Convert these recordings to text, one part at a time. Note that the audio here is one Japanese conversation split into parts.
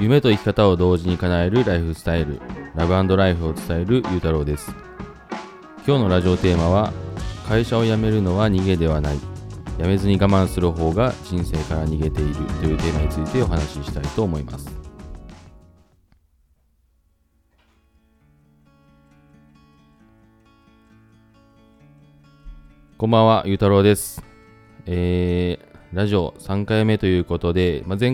夢と生き方を同時に叶えるライフスタイル、ラブ&ライフを伝えるゆうたろうです。今日のラジオテーマは、会社を辞めるのは逃げではない、辞めずに我慢する方が人生から逃げているというテーマについてお話ししたいと思います。こんばんは、ゆうたろうです。ラジオ3回目ということで、前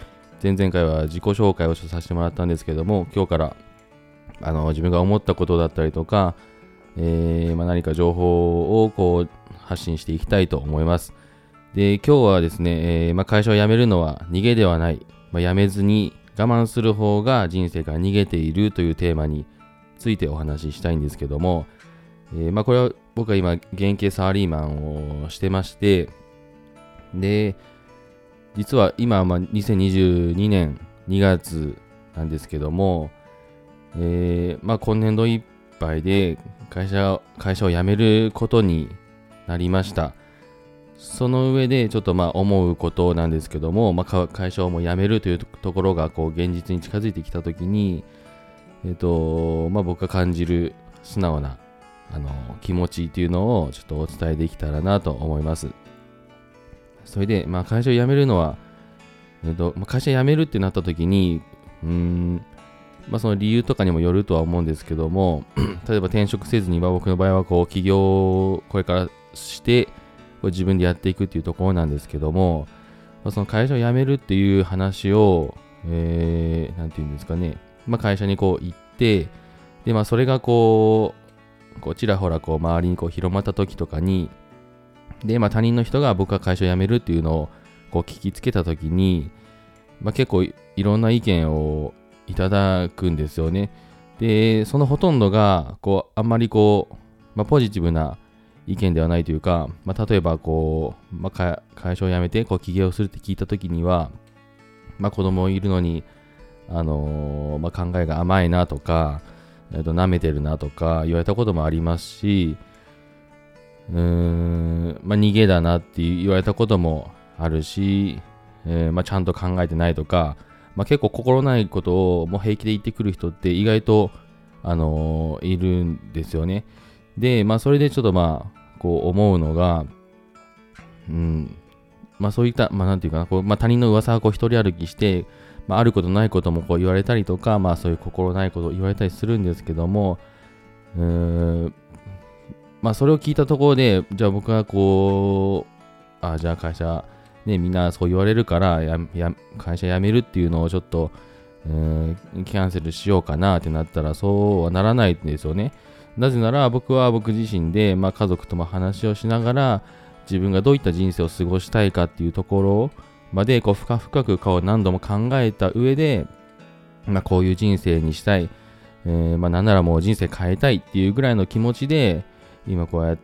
々回は自己紹介をさせてもらったんですけども、今日から自分が思ったことだったりとか、何か情報を発信していきたいと思います。で、今日はですね、会社を辞めるのは逃げではない、辞めずに我慢する方が人生から逃げているというテーマについてお話ししたいんですけども、これは僕は今現役サラリーマンをしてまして、で、実は今、2022年2月なんですけども、今年度いっぱいで会社を辞めることになりました。その上でちょっと思うことなんですけども、会社をもう辞めるというところが現実に近づいてきたときに、僕が感じる素直な気持ちっていうのをちょっとお伝えできたらなと思います。それで、会社を辞めるのは、会社辞めるってなった時に、その理由とかにもよるとは思うんですけども、例えば転職せずに、僕の場合は起業をこれからして自分でやっていくっていうところなんですけども、その会社を辞めるっていう話を、なんていうんですかね、会社に行って、で、それがちらほら周りに広まった時とかに、で、他人の人が僕が会社を辞めるっていうのを聞きつけた時に、結構いろんな意見をいただくんですよね。で、そのほとんどがあんまりポジティブな意見ではないというか、例えば会社を辞めて起業するって聞いた時には、子供いるのに考えが甘いなとか、舐めてるなとか言われたこともありますし、逃げだなって言われたこともあるし、ちゃんと考えてないとか、結構心ないことをもう平気で言ってくる人って意外と、いるんですよね。で、それでちょっと思うのが、そういった、なんていうかな、他人の噂が一人歩きして、あることないことも言われたりとか、そういう心ないことを言われたりするんですけども、それを聞いたところで、じゃあ僕がじゃあ会社、ね、みんなそう言われるから会社辞めるっていうのをちょっと、キャンセルしようかなってなったら、そうはならないんですよね。なぜなら僕は僕自身で、家族とも話をしながら、自分がどういった人生を過ごしたいかっていうところまで深く何度も考えた上で、こういう人生にしたい、なんならもう人生変えたいっていうぐらいの気持ちで、今こうやって、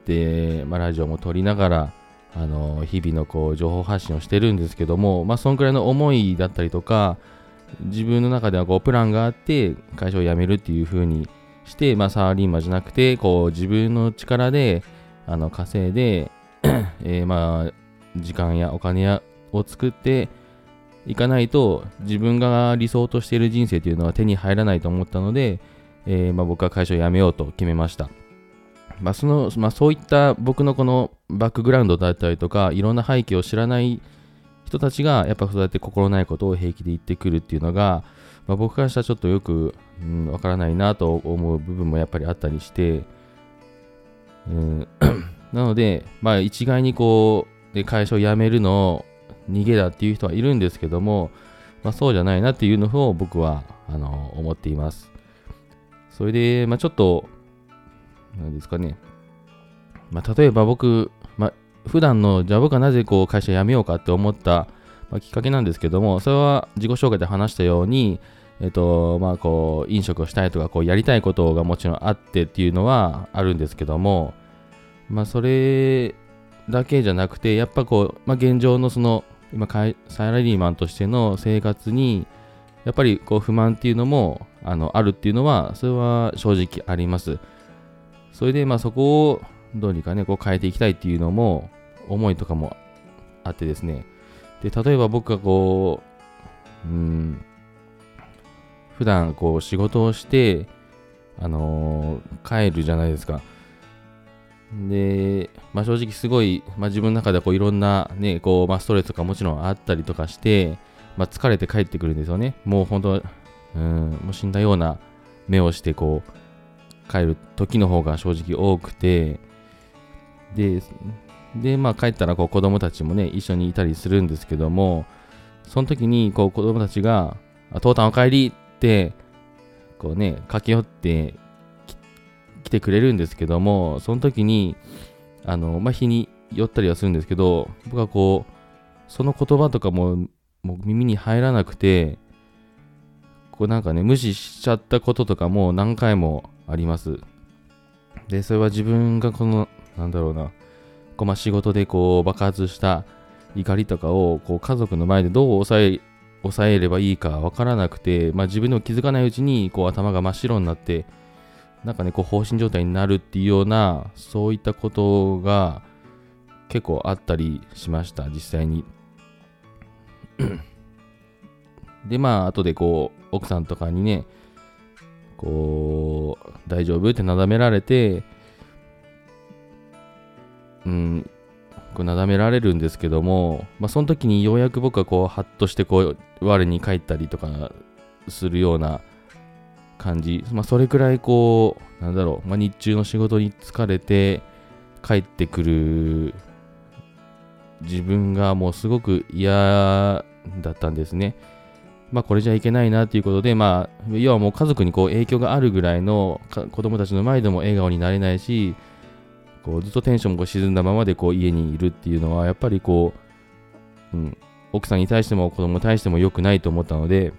ラジオも撮りながら日々の情報発信をしてるんですけども、そのくらいの思いだったりとか、自分の中ではプランがあって会社を辞めるっていう風にして、サラリーマンじゃなくて自分の力で稼いで時間やお金を作っていかないと、自分が理想としている人生というのは手に入らないと思ったので、僕は会社を辞めようと決めました。そういった僕のこのバックグラウンドだったりとか、いろんな背景を知らない人たちがやっぱそうやって心ないことを平気で言ってくるっていうのが、僕からしたらちょっとよくわからないなと思う部分もやっぱりあったりして、なので、一概にで会社を辞めるのを逃げだっていう人はいるんですけども、そうじゃないなっていうのを僕は思っています。それで、ちょっとなんですかね。例えば僕、普段の、じゃあ僕はなぜ会社辞めようかって思った、きっかけなんですけども、それは自己紹介で話したように、飲食をしたいとか、やりたいことがもちろんあってっていうのはあるんですけども、それだけじゃなくて、やっぱ現状の今サラリーマンとしての生活に、やっぱり不満っていうのも、あるっていうのは、それは正直あります。それでそこをどうにかね変えていきたいっていうのも思いとかもあってですね。で、例えば僕が普段こう仕事をして、帰るじゃないですか。で、正直すごい、自分の中でこういろんなね、こう、ストレスとかもちろんあったりとかして、疲れて帰ってくるんですよね。もう本当、もう死んだような目をしてこう、帰る時の方が正直多くて、で、帰ったらこう子供たちもね、一緒にいたりするんですけども、その時にこう子供たちが、父たんお帰りって、こうね、駆け寄って来てくれるんですけども、その時に、日に寄ったりはするんですけど、僕はこう、その言葉とかもう耳に入らなくて、こうなんかね、無視しちゃったこととかも何回もあります。で、それは自分がこの、こう仕事でこう爆発した怒りとかをこう家族の前でどう抑えればいいかわからなくて、自分でも気づかないうちにこう頭が真っ白になって、こう放心状態になるっていうような、そういったことが結構あったりしました、実際に。で、後でこう、奥さんとかにね、こう、大丈夫ってなだめられて、こうなだめられるんですけども、その時にようやく僕はこう、ハッとしてこう、我に返ったりとかするような感じ。それくらいこう、日中の仕事に疲れて帰ってくる自分がもうすごく嫌だったんですね。これじゃいけないなということで、要はもう家族にこう影響があるぐらいの子供たちの前でも笑顔になれないし、こうずっとテンションも沈んだままでこう家にいるっていうのは、やっぱりこう、奥さんに対しても子供に対しても良くないと思ったので、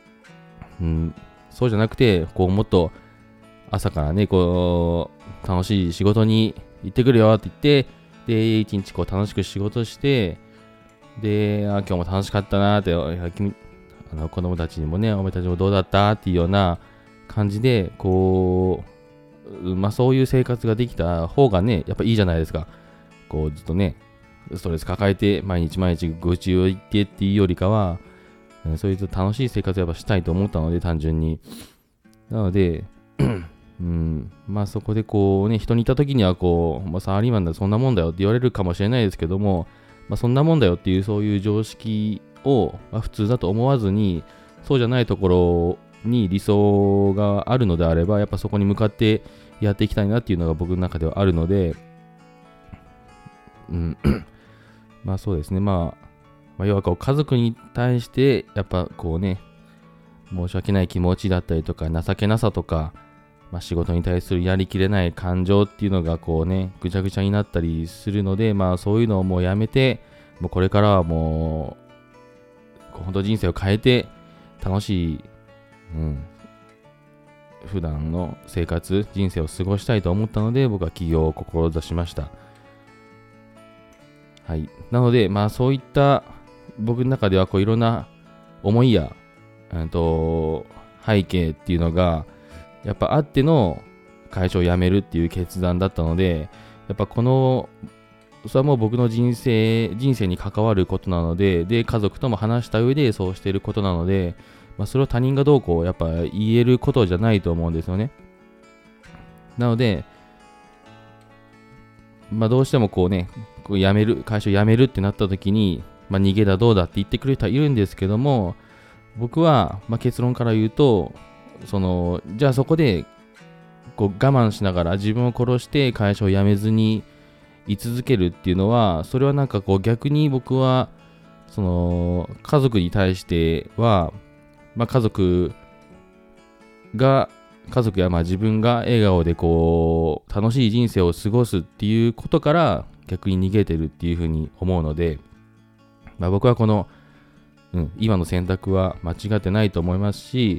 そうじゃなくて、こうもっと朝からね、こう、楽しい仕事に行ってくるよって言って、で、一日こう楽しく仕事して、で、今日も楽しかったなって、子供たちにもね、お前たちもどうだったっていうような感じで、こう、そういう生活ができた方がね、やっぱいいじゃないですか。こう、ずっとね、ストレス抱えて、毎日愚痴を言ってっていうよりかは、そういう楽しい生活をやっぱしたいと思ったので、単純に。なので、そこでこうね、人にいた時にはこう、サラリーマンだそんなもんだよって言われるかもしれないですけども、そんなもんだよっていうそういう常識を、普通だと思わずに、そうじゃないところに理想があるのであれば、やっぱそこに向かってやっていきたいなっていうのが僕の中ではあるので、そうですね、要はこう家族に対してやっぱこうね、申し訳ない気持ちだったりとか情けなさとか、仕事に対するやりきれない感情っていうのがこうね、ぐちゃぐちゃになったりするので、そういうのをもうやめて、もうこれからはもう本当人生を変えて楽しい、普段の生活、人生を過ごしたいと思ったので、僕は起業を志しました。はい。なので、そういった僕の中ではこういろんな思いや、背景っていうのがやっぱあっての会社を辞めるっていう決断だったので、やっぱそれはもう僕の人生に関わることなので、家族とも話した上でそうしていることなので、それを他人がどうこうやっぱ言えることじゃないと思うんですよね。なので、どうしてもこうね、会社を辞めるってなった時に、逃げだどうだって言ってくれる人はいるんですけども、僕は、結論から言うと、じゃあそこでこう我慢しながら自分を殺して会社を辞めずに居続けるっていうのは、それは逆に僕は家族に対しては、家族や自分が笑顔でこう楽しい人生を過ごすっていうことから逆に逃げてるっていうふうに思うので、僕はこの、今の選択は間違ってないと思いますし、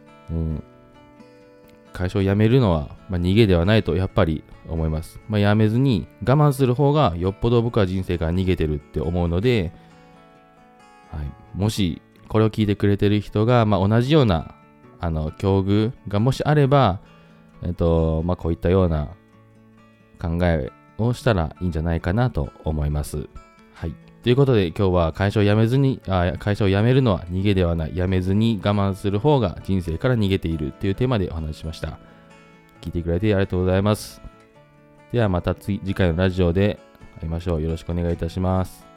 会社を辞めるのは、逃げではないとやっぱり思います。辞めずに我慢する方がよっぽど僕は人生から逃げてるって思うので、もしこれを聞いてくれてる人が、同じような境遇がもしあれば、こういったような考えをしたらいいんじゃないかなと思います。はい。 ということで今日は会社を辞めるのは逃げではない、辞めずに我慢する方が人生から逃げているというテーマでお話ししました。聞いてくれてありがとうございます。ではまた次回のラジオで会いましょう。よろしくお願いいたします。